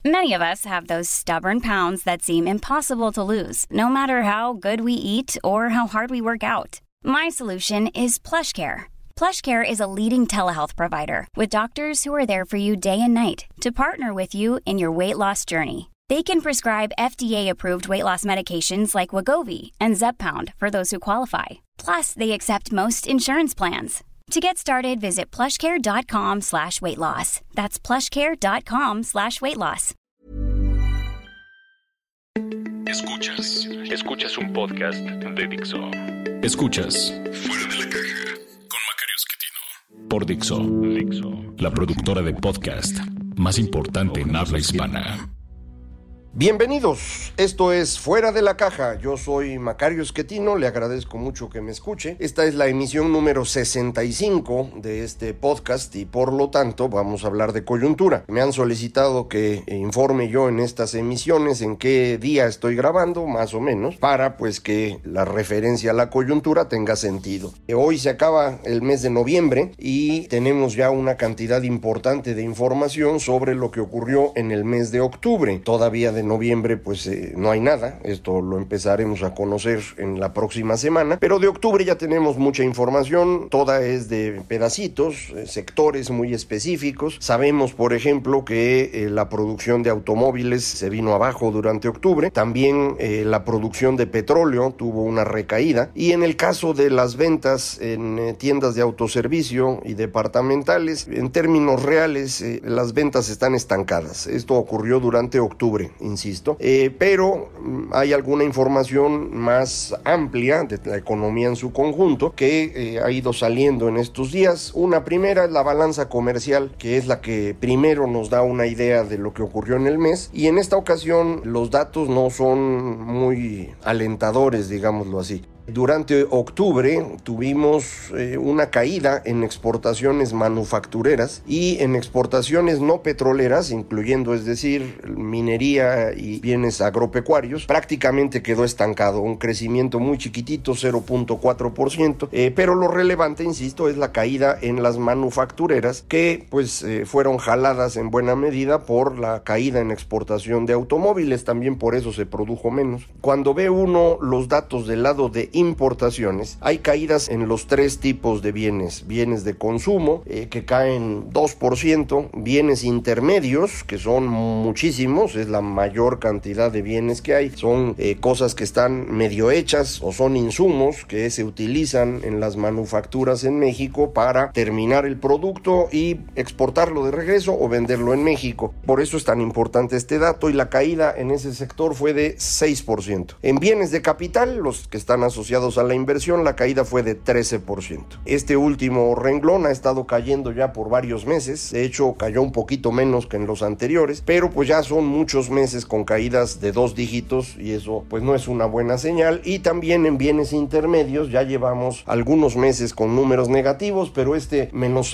Many of us have those stubborn pounds that seem impossible to lose, no matter how good we eat or how hard we work out. My solution is PlushCare. PlushCare is a leading telehealth provider with doctors who are there for you day and night to partner with you in your weight loss journey. They can prescribe FDA-approved weight loss medications like Wegovy and Zepbound for those who qualify. Plus, they accept most insurance plans. To get started, visit plushcare.com/weight loss. That's plushcare.com/weight loss. Escuchas un podcast de Dixo. Escuchas Fuera de la Caja con Macario Esquetino por Dixo, la productora de podcast más importante en habla hispana. Bienvenidos, esto es Fuera de la Caja, yo soy Macario Esquetino, le agradezco mucho que me escuche. Esta es la emisión número 65 de este podcast y por lo tanto vamos a hablar de coyuntura. Me han solicitado que informe yo en estas emisiones en qué día estoy grabando, más o menos, para pues que la referencia a la coyuntura tenga sentido. Hoy se acaba el mes de noviembre y tenemos ya una cantidad importante de información sobre lo que ocurrió en el mes de octubre. Todavía de noviembre pues no hay nada, esto lo empezaremos a conocer en la próxima semana, pero de octubre ya tenemos mucha información, toda es de pedacitos, sectores muy específicos. Sabemos por ejemplo que la producción de automóviles se vino abajo durante octubre, también la producción de petróleo tuvo una recaída y en el caso de las ventas en tiendas de autoservicio y departamentales, en términos reales las ventas están estancadas. Esto ocurrió durante octubre, insisto, pero hay alguna información más amplia de la economía en su conjunto que ha ido saliendo en estos días. Una primera es la balanza comercial, que es la que primero nos da una idea de lo que ocurrió en el mes, y en esta ocasión los datos no son muy alentadores, digámoslo así. Durante octubre tuvimos una caída en exportaciones manufactureras y en exportaciones no petroleras, incluyendo, es decir, minería y bienes agropecuarios. Prácticamente quedó estancado, un crecimiento muy chiquitito, 0.4%, pero lo relevante, insisto, es la caída en las manufactureras que pues fueron jaladas en buena medida por la caída en exportación de automóviles, también por eso se produjo menos. Cuando ve uno los datos del lado de importaciones, hay caídas en los tres tipos de bienes de consumo que caen 2%, bienes intermedios que son muchísimos, es la mayor cantidad de bienes que hay, son cosas que están medio hechas o son insumos que se utilizan en las manufacturas en México para terminar el producto y exportarlo de regreso o venderlo en México. Por eso es tan importante este dato, y la caída en ese sector fue de 6%. En bienes de capital, los que están asociados a la inversión, la caída fue de 13%. Este último renglón ha estado cayendo ya por varios meses, de hecho cayó un poquito menos que en los anteriores, pero pues ya son muchos meses con caídas de 2 dígitos y eso pues no es una buena señal. Y también en bienes intermedios ya llevamos algunos meses con números negativos, pero este menos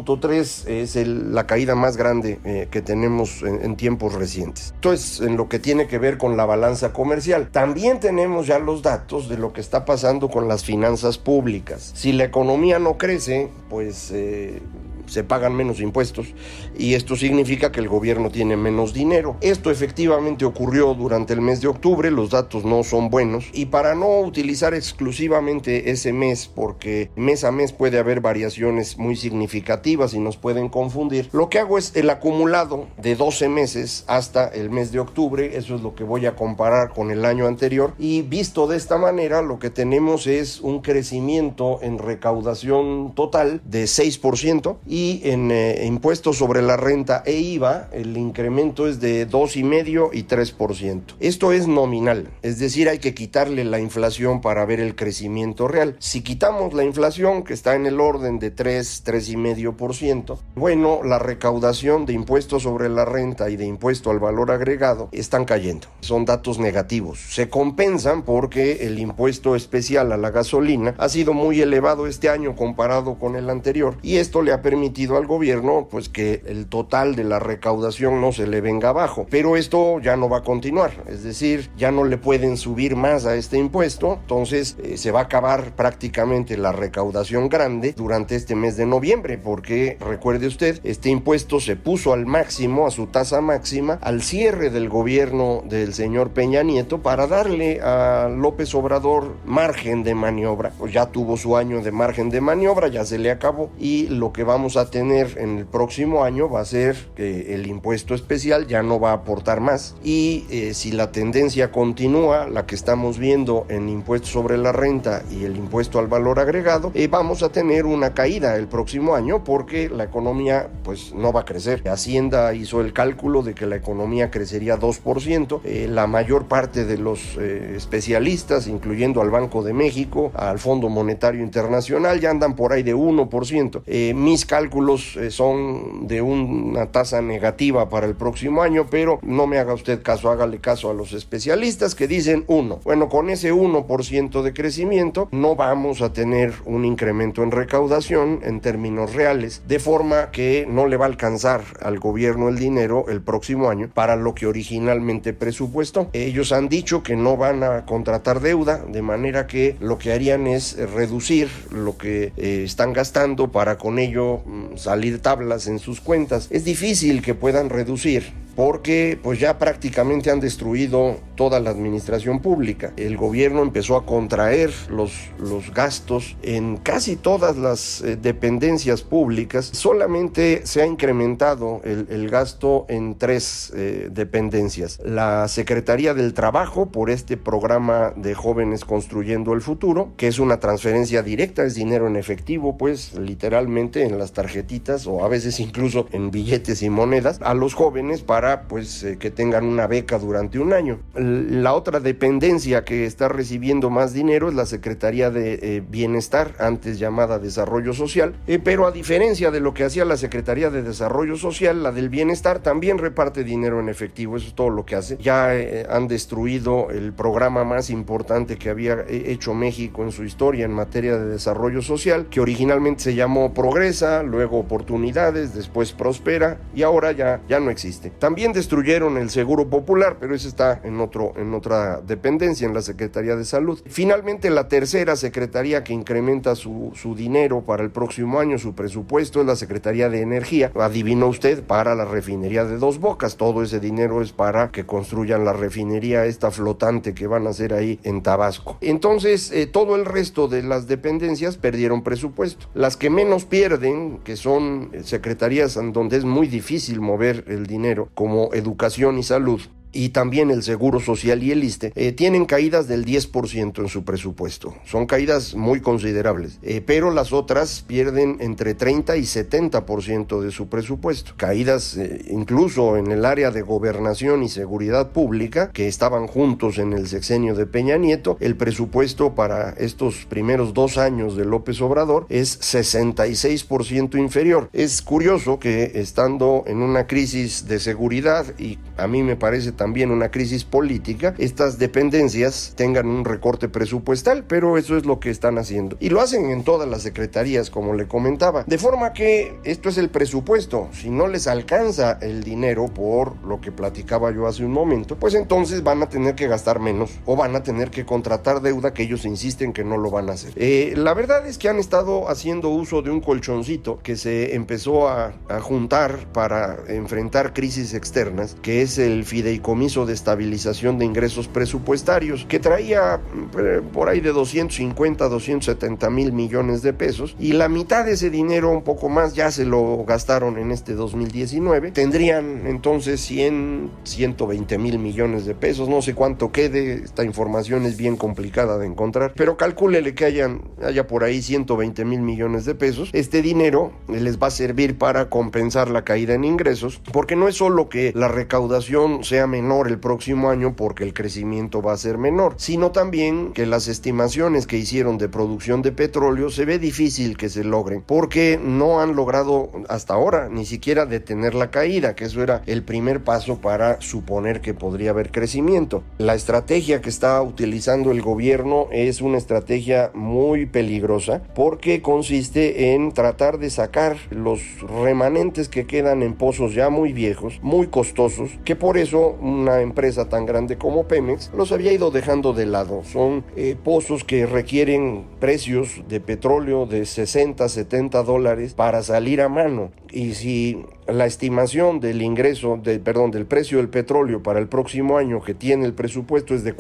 6.3 es la caída más grande que tenemos en tiempos recientes. Esto es en lo que tiene que ver con la balanza comercial. También tenemos ya los datos de lo que está pasando con las finanzas públicas. Si la economía no crece, pues se pagan menos impuestos y esto significa que el gobierno tiene menos dinero. Esto efectivamente ocurrió durante el mes de octubre, los datos no son buenos, y para no utilizar exclusivamente ese mes, porque mes a mes puede haber variaciones muy significativas y nos pueden confundir, lo que hago es el acumulado de 12 meses hasta el mes de octubre. Eso es lo que voy a comparar con el año anterior, y visto de esta manera lo que tenemos es un crecimiento en recaudación total de 6%, y en impuestos sobre la renta e IVA el incremento es de 2,5% y 3%. Esto es nominal, es decir, hay que quitarle la inflación para ver el crecimiento real. Si quitamos la inflación, que está en el orden de 3,5%, bueno, la recaudación de impuestos sobre la renta y de impuesto al valor agregado están cayendo. Son datos negativos. Se compensan porque el impuesto especial a la gasolina ha sido muy elevado este año comparado con el anterior, y esto le ha permitido permitido al gobierno pues que el total de la recaudación no se le venga abajo, pero esto ya no va a continuar, es decir, ya no le pueden subir más a este impuesto, entonces se va a acabar prácticamente la recaudación grande durante este mes de noviembre, porque recuerde usted, este impuesto se puso al máximo, a su tasa máxima, al cierre del gobierno del señor Peña Nieto para darle a López Obrador margen de maniobra. Pues ya tuvo su año de margen de maniobra, ya se le acabó, y lo que vamos a tener en el próximo año va a ser que el impuesto especial ya no va a aportar más, y si la tendencia continúa, la que estamos viendo en impuestos sobre la renta y el impuesto al valor agregado, vamos a tener una caída el próximo año porque la economía pues no va a crecer. Hacienda hizo el cálculo de que la economía crecería 2%, la mayor parte de los especialistas, incluyendo al Banco de México, al Fondo Monetario Internacional, ya andan por ahí de 1%. Mis cálculos son de una tasa negativa para el próximo año, pero no me haga usted caso, hágale caso a los especialistas que dicen 1. Bueno, con ese 1% de crecimiento no vamos a tener un incremento en recaudación en términos reales, de forma que no le va a alcanzar al gobierno el dinero el próximo año para lo que originalmente presupuestó. Ellos han dicho que no van a contratar deuda, de manera que lo que harían es reducir lo que están gastando para con ello salir tablas en sus cuentas. Es difícil que puedan reducir porque pues ya prácticamente han destruido toda la administración pública. El gobierno empezó a contraer los gastos en casi todas las dependencias públicas. Solamente se ha incrementado el gasto en 3 dependencias. La Secretaría del Trabajo, por este programa de Jóvenes Construyendo el Futuro, que es una transferencia directa, es dinero en efectivo, pues literalmente en las tarjetitas o a veces incluso en billetes y monedas a los jóvenes para que tengan una beca durante un año. La otra dependencia que está recibiendo más dinero es la Secretaría de Bienestar, antes llamada Desarrollo Social, pero a diferencia de lo que hacía la Secretaría de Desarrollo Social, la del Bienestar también reparte dinero en efectivo, eso es todo lo que hace. Ya han destruido el programa más importante que había hecho México en su historia en materia de desarrollo social, que originalmente se llamó Progresa, luego Oportunidades, después Prospera, y ahora ya no existe. También destruyeron el Seguro Popular, pero ese está en otra dependencia, en la Secretaría de Salud. Finalmente, la tercera secretaría que incrementa su dinero para el próximo año, su presupuesto, es la Secretaría de Energía. Adivinó usted, para la refinería de Dos Bocas. Todo ese dinero es para que construyan la refinería esta flotante que van a hacer ahí en Tabasco. Entonces, todo el resto de las dependencias perdieron presupuesto. Las que menos pierden, que son secretarías en donde es muy difícil mover el dinero, como Educación y Salud, y también el Seguro Social y el ISSSTE, tienen caídas del 10% en su presupuesto. Son caídas muy considerables, pero las otras pierden entre 30 y 70% de su presupuesto. Caídas incluso en el área de Gobernación y Seguridad Pública, que estaban juntos en el sexenio de Peña Nieto. El presupuesto para estos primeros 2 años de López Obrador es 66% inferior. Es curioso que, estando en una crisis de seguridad, y a mí me parece también una crisis política, estas dependencias tengan un recorte presupuestal, pero eso es lo que están haciendo. Y lo hacen en todas las secretarías, como le comentaba. De forma que esto es el presupuesto. Si no les alcanza el dinero, por lo que platicaba yo hace un momento, pues entonces van a tener que gastar menos o van a tener que contratar deuda, que ellos insisten que no lo van a hacer. La verdad es que han estado haciendo uso de un colchoncito que se empezó a juntar para enfrentar crisis externas, que es el fideicomiso de estabilización de ingresos presupuestarios, que traía por ahí de 250 a 270 mil millones de pesos, y la mitad de ese dinero, un poco más, ya se lo gastaron en este 2019. Tendrían entonces 120 mil millones de pesos, no sé cuánto quede, esta información es bien complicada de encontrar, pero calcúlele que haya por ahí 120 mil millones de pesos. Este dinero les va a servir para compensar la caída en ingresos, porque no es solo que la recaudación sea menor el próximo año porque el crecimiento va a ser menor, sino también que las estimaciones que hicieron de producción de petróleo se ve difícil que se logren, porque no han logrado hasta ahora ni siquiera detener la caída, que eso era el primer paso para suponer que podría haber crecimiento. La estrategia que está utilizando el gobierno es una estrategia muy peligrosa porque consiste en tratar de sacar los remanentes que quedan en pozos ya muy viejos, muy costosos, que por eso una empresa tan grande como Pemex los había ido dejando de lado. Son pozos que requieren precios de petróleo de $60-70 para salir a mano, y si la estimación del del precio del petróleo para el próximo año que tiene el presupuesto es de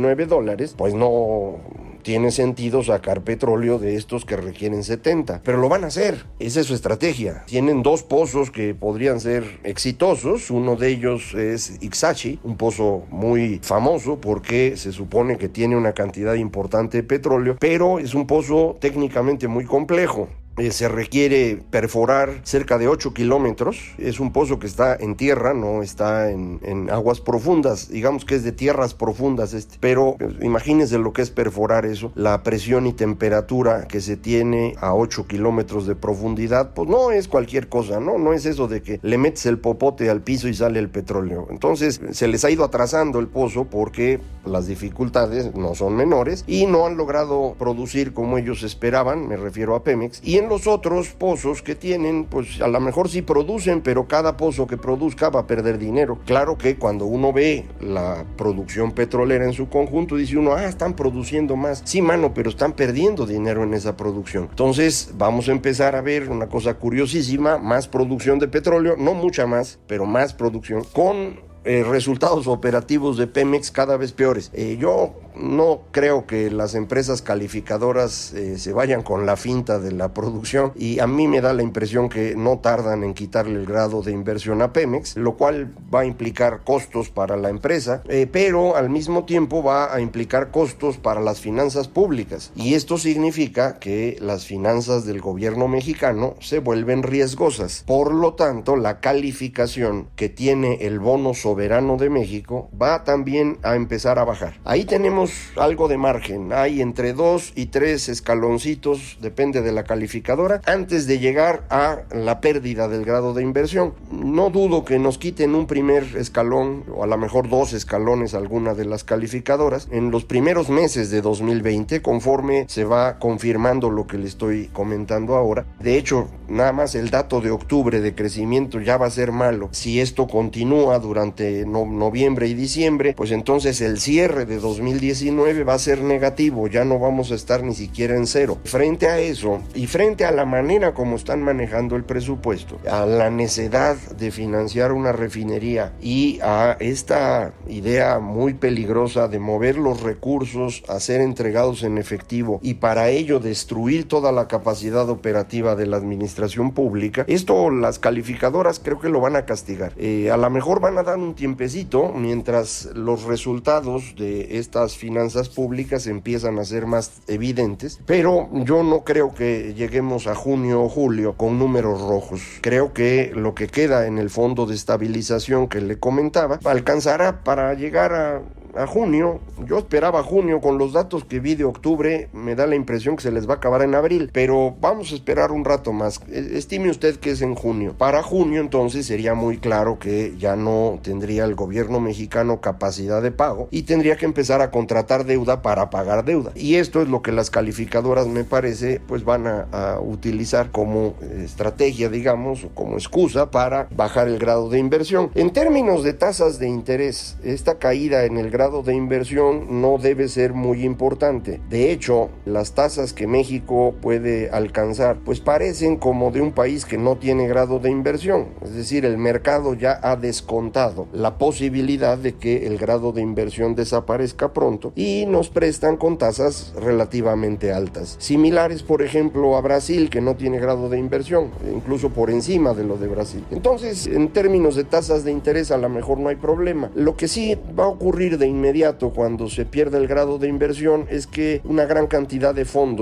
$49, pues no tiene sentido sacar petróleo de estos que requieren 70, pero lo van a hacer. Esa es su estrategia. Tienen dos pozos que podrían ser exitosos. Uno de ellos es Ixachi, un pozo muy famoso porque se supone que tiene una cantidad importante de petróleo, pero es un pozo técnicamente muy complejo. Se requiere perforar cerca de 8 kilómetros. Es un pozo que está en tierra, no está en aguas profundas. Digamos que es de tierras profundas pero imagínense lo que es perforar eso. La presión y temperatura que se tiene a 8 kilómetros de profundidad, pues no es cualquier cosa, no es eso de que le metes el popote al piso y sale el petróleo. Entonces se les ha ido atrasando el pozo porque las dificultades no son menores y no han logrado producir como ellos esperaban, me refiero a Pemex. Y en los otros pozos que tienen, pues a lo mejor sí producen, pero cada pozo que produzca va a perder dinero. Claro que cuando uno ve la producción petrolera en su conjunto, dice uno, están produciendo más. Sí, mano, pero están perdiendo dinero en esa producción. Entonces vamos a empezar a ver una cosa curiosísima, más producción de petróleo, no mucha más, pero más producción, con resultados operativos de Pemex cada vez peores. Yo no creo que las empresas calificadoras se vayan con la finta de la producción, y a mí me da la impresión que no tardan en quitarle el grado de inversión a Pemex, lo cual va a implicar costos para la empresa, pero al mismo tiempo va a implicar costos para las finanzas públicas, y esto significa que las finanzas del gobierno mexicano se vuelven riesgosas. Por lo tanto, la calificación que tiene el bono soberano de México va también a empezar a bajar. Ahí tenemos algo de margen, hay entre 2 y 3 escaloncitos, depende de la calificadora, antes de llegar a la pérdida del grado de inversión. No dudo que nos quiten un primer escalón, o a lo mejor 2 escalones alguna de las calificadoras, en los primeros meses de 2020, conforme se va confirmando lo que le estoy comentando ahora. De hecho, nada más el dato de octubre de crecimiento ya va a ser malo. Si esto continúa durante noviembre y diciembre, pues entonces el cierre de 2019 va a ser negativo, ya no vamos a estar ni siquiera en cero. Frente a eso, y frente a la manera como están manejando el presupuesto, a la necedad de financiar una refinería y a esta idea muy peligrosa de mover los recursos a ser entregados en efectivo y para ello destruir toda la capacidad operativa de la administración pública, esto las calificadoras creo que lo van a castigar. A lo mejor van a dar un tiempecito mientras los resultados de estas finanzas públicas empiezan a ser más evidentes, pero yo no creo que lleguemos a junio o julio con números rojos. Creo que lo que queda en el fondo de estabilización que le comentaba alcanzará para llegar a junio. Yo esperaba junio, con los datos que vi de octubre me da la impresión que se les va a acabar en abril, pero vamos a esperar un rato más. Estime usted que es en junio. Para junio entonces sería muy claro que ya no tendría el gobierno mexicano capacidad de pago y tendría que empezar a contratar deuda para pagar deuda, y esto es lo que las calificadoras, me parece, pues van a utilizar como estrategia, digamos, o como excusa para bajar el grado de inversión. En términos de tasas de interés, esta caída en el grado de inversión no debe ser muy importante. De hecho, las tasas que México puede alcanzar pues parecen como de un país que no tiene grado de inversión, es decir, el mercado ya ha descontado la posibilidad de que el grado de inversión desaparezca pronto y nos prestan con tasas relativamente altas, similares por ejemplo a Brasil, que no tiene grado de inversión, incluso por encima de lo de Brasil. Entonces, en términos de tasas de interés a lo mejor no hay problema. Lo que sí va a ocurrir de inmediato cuando se pierde el grado de inversión es que una gran cantidad de fondos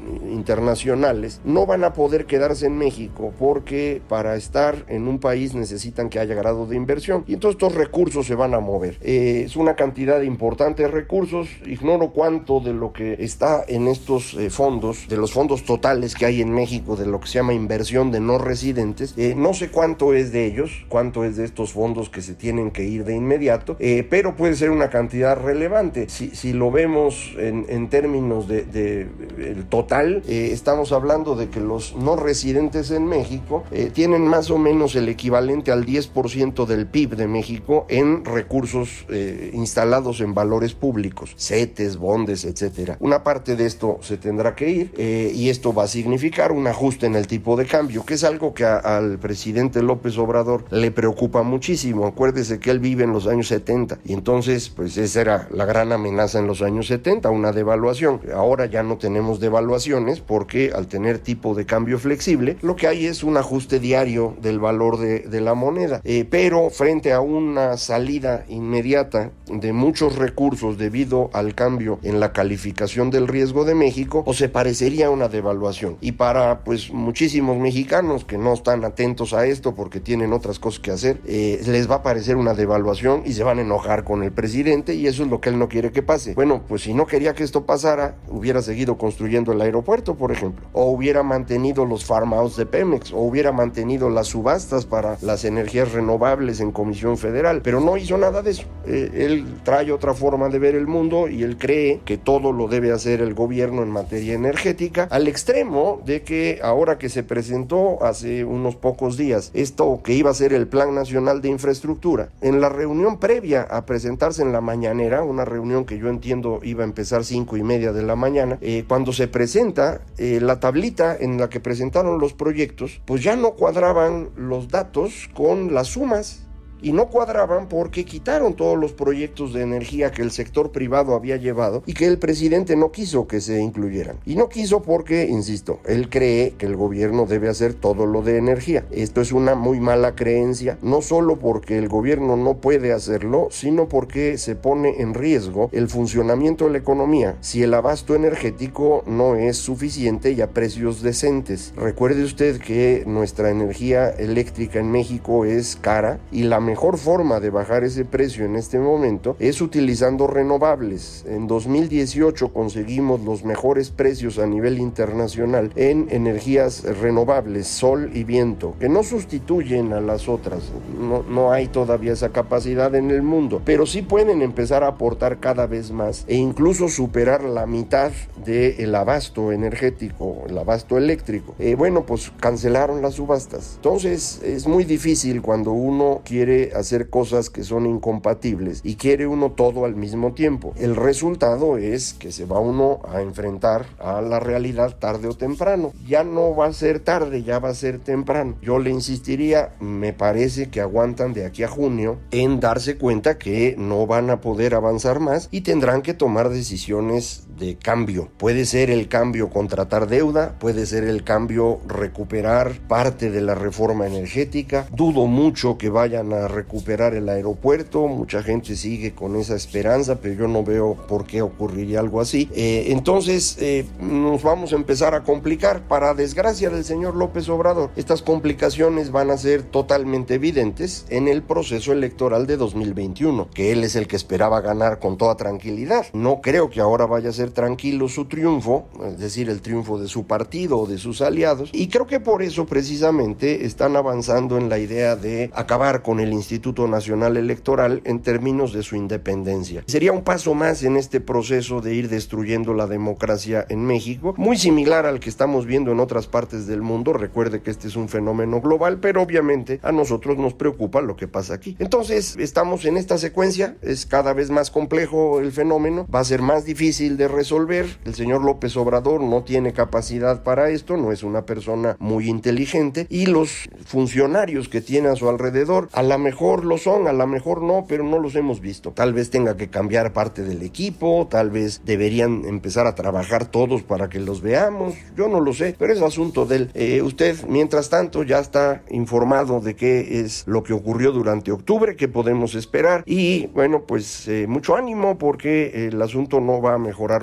internacionales no van a poder quedarse en México porque para estar en un país necesitan que haya grado de inversión y entonces estos recursos se van a mover. Es una cantidad importante de recursos, ignoro cuánto de lo que está en estos fondos, de los fondos totales que hay en México, de lo que se llama inversión de no residentes, no sé cuánto es de ellos, cuánto es de estos fondos que se tienen que ir de inmediato, pero puede ser una cantidad relevante. Si lo vemos en términos de el total, estamos hablando de que los no residentes en México tienen más o menos el equivalente al 10% del PIB de México en recursos instalados en valores públicos, CETES, bondes, etcétera. Una parte de esto se tendrá que ir y esto va a significar un ajuste en el tipo de cambio, que es algo que al presidente López Obrador le preocupa muchísimo. Acuérdese que él vive en los años 70 y entonces pues esa era la gran amenaza en los años 70, una devaluación. Ahora ya no tenemos devaluaciones porque al tener tipo de cambio flexible lo que hay es un ajuste diario del valor de la moneda, pero frente a una salida inmediata de muchos recursos debido al cambio en la calificación del riesgo de México, o se parecería a una devaluación. Y para pues muchísimos mexicanos que no están atentos a esto porque tienen otras cosas que hacer, les va a parecer una devaluación y se van a enojar con el presidente y eso es lo que él no quiere que pase. Bueno, pues si no quería que esto pasara, hubiera seguido construyendo el aeropuerto, por ejemplo, o hubiera mantenido los farm outs de Pemex, o hubiera mantenido las subastas para las energías renovables en Comisión Federal, pero no hizo nada de eso. Él trae otra forma de ver el mundo y él cree que todo lo debe hacer el gobierno en materia energética, al extremo de que ahora que se presentó hace unos pocos días esto que iba a ser el Plan Nacional de Infraestructura, en la reunión previa a presentarse en la mañanera, una reunión que yo entiendo iba a empezar 5:30 de la mañana, cuando se presenta la tablita en la que presentaron los proyectos, pues ya no cuadraban los datos con las sumas. Y no cuadraban porque quitaron todos los proyectos de energía que el sector privado había llevado y que el presidente no quiso que se incluyeran. Y no quiso porque, insisto, él cree que el gobierno debe hacer todo lo de energía. Esto es una muy mala creencia, no solo porque el gobierno no puede hacerlo, sino porque se pone en riesgo el funcionamiento de la economía si el abasto energético no es suficiente y a precios decentes. Recuerde usted que nuestra energía eléctrica en México es cara y la mejor forma de bajar ese precio en este momento es utilizando renovables. En 2018 conseguimos los mejores precios a nivel internacional en energías renovables, sol y viento, que no sustituyen a las otras. No hay todavía esa capacidad en el mundo, pero sí pueden empezar a aportar cada vez más e incluso superar la mitad del abasto energético, el abasto eléctrico. Bueno, pues cancelaron las subastas. Entonces es muy difícil cuando uno quiere hacer cosas que son incompatibles y quiere uno todo al mismo tiempo. El resultado es que se va uno a enfrentar a la realidad tarde o temprano. Ya no va a ser tarde, ya va a ser temprano. Yo le insistiría, me parece que aguantan de aquí a junio en darse cuenta que no van a poder avanzar más y tendrán que tomar decisiones de cambio. Puede ser el cambio contratar deuda, puede ser el cambio recuperar parte de la reforma energética. Dudo mucho que vayan a recuperar el aeropuerto, mucha gente sigue con esa esperanza, pero yo no veo por qué ocurriría algo así. Entonces nos vamos a empezar a complicar. Para desgracia del señor López Obrador, estas complicaciones van a ser totalmente evidentes en el proceso electoral de 2021, que él es el que esperaba ganar con toda tranquilidad. No creo que ahora vaya a ser tranquilo su triunfo, es decir, el triunfo de su partido o de sus aliados, y creo que por eso precisamente están avanzando en la idea de acabar con el Instituto Nacional Electoral en términos de su independencia. Sería un paso más en este proceso de ir destruyendo la democracia en México, muy similar al que estamos viendo en otras partes del mundo. Recuerde que este es un fenómeno global, pero obviamente a nosotros nos preocupa lo que pasa aquí. Entonces estamos en esta secuencia, es cada vez más complejo el fenómeno, va a ser más difícil de resolver. El señor López Obrador no tiene capacidad para esto, no es una persona muy inteligente y los funcionarios que tiene a su alrededor a lo mejor lo son, a lo mejor no, pero no los hemos visto. Tal vez tenga que cambiar parte del equipo, tal vez deberían empezar a trabajar todos para que los veamos, yo no lo sé, pero es asunto de él. Usted, mientras tanto, ya está informado de qué es lo que ocurrió durante octubre, qué podemos esperar y bueno, pues mucho ánimo porque el asunto no va a mejorar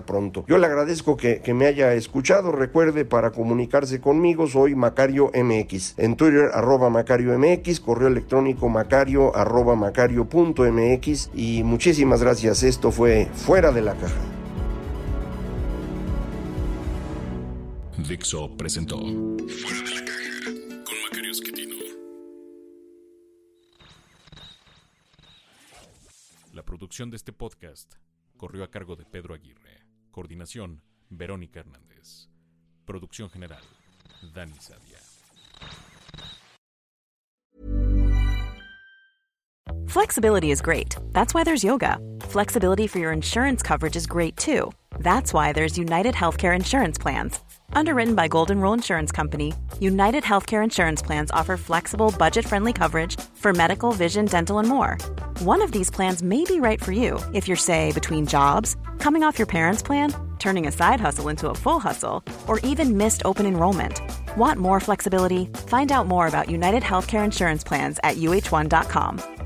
escuchar pronto. Yo le agradezco que me haya escuchado. Recuerde, para comunicarse conmigo, soy Macario MX. En Twitter, @Macario MX, correo electrónico macario@macario.mx, y muchísimas gracias. Esto fue Fuera de la Caja. Dixo presentó Fuera de la Caja con Macario Schettino. La producción de este podcast corrió a cargo de Pedro Aguirre. Coordinación, Verónica Hernández. Producción general, Dani Sadia. Flexibility is great. That's why there's yoga. Flexibility for your insurance coverage is great too. That's why there's United Healthcare Insurance Plans. Underwritten by Golden Rule Insurance Company, United Healthcare Insurance Plans offer flexible, budget-friendly coverage for medical, vision, dental, and more. One of these plans may be right for you if you're, say, between jobs, coming off your parents' plan, turning a side hustle into a full hustle, or even missed open enrollment. Want more flexibility? Find out more about United Healthcare Insurance Plans at uh1.com.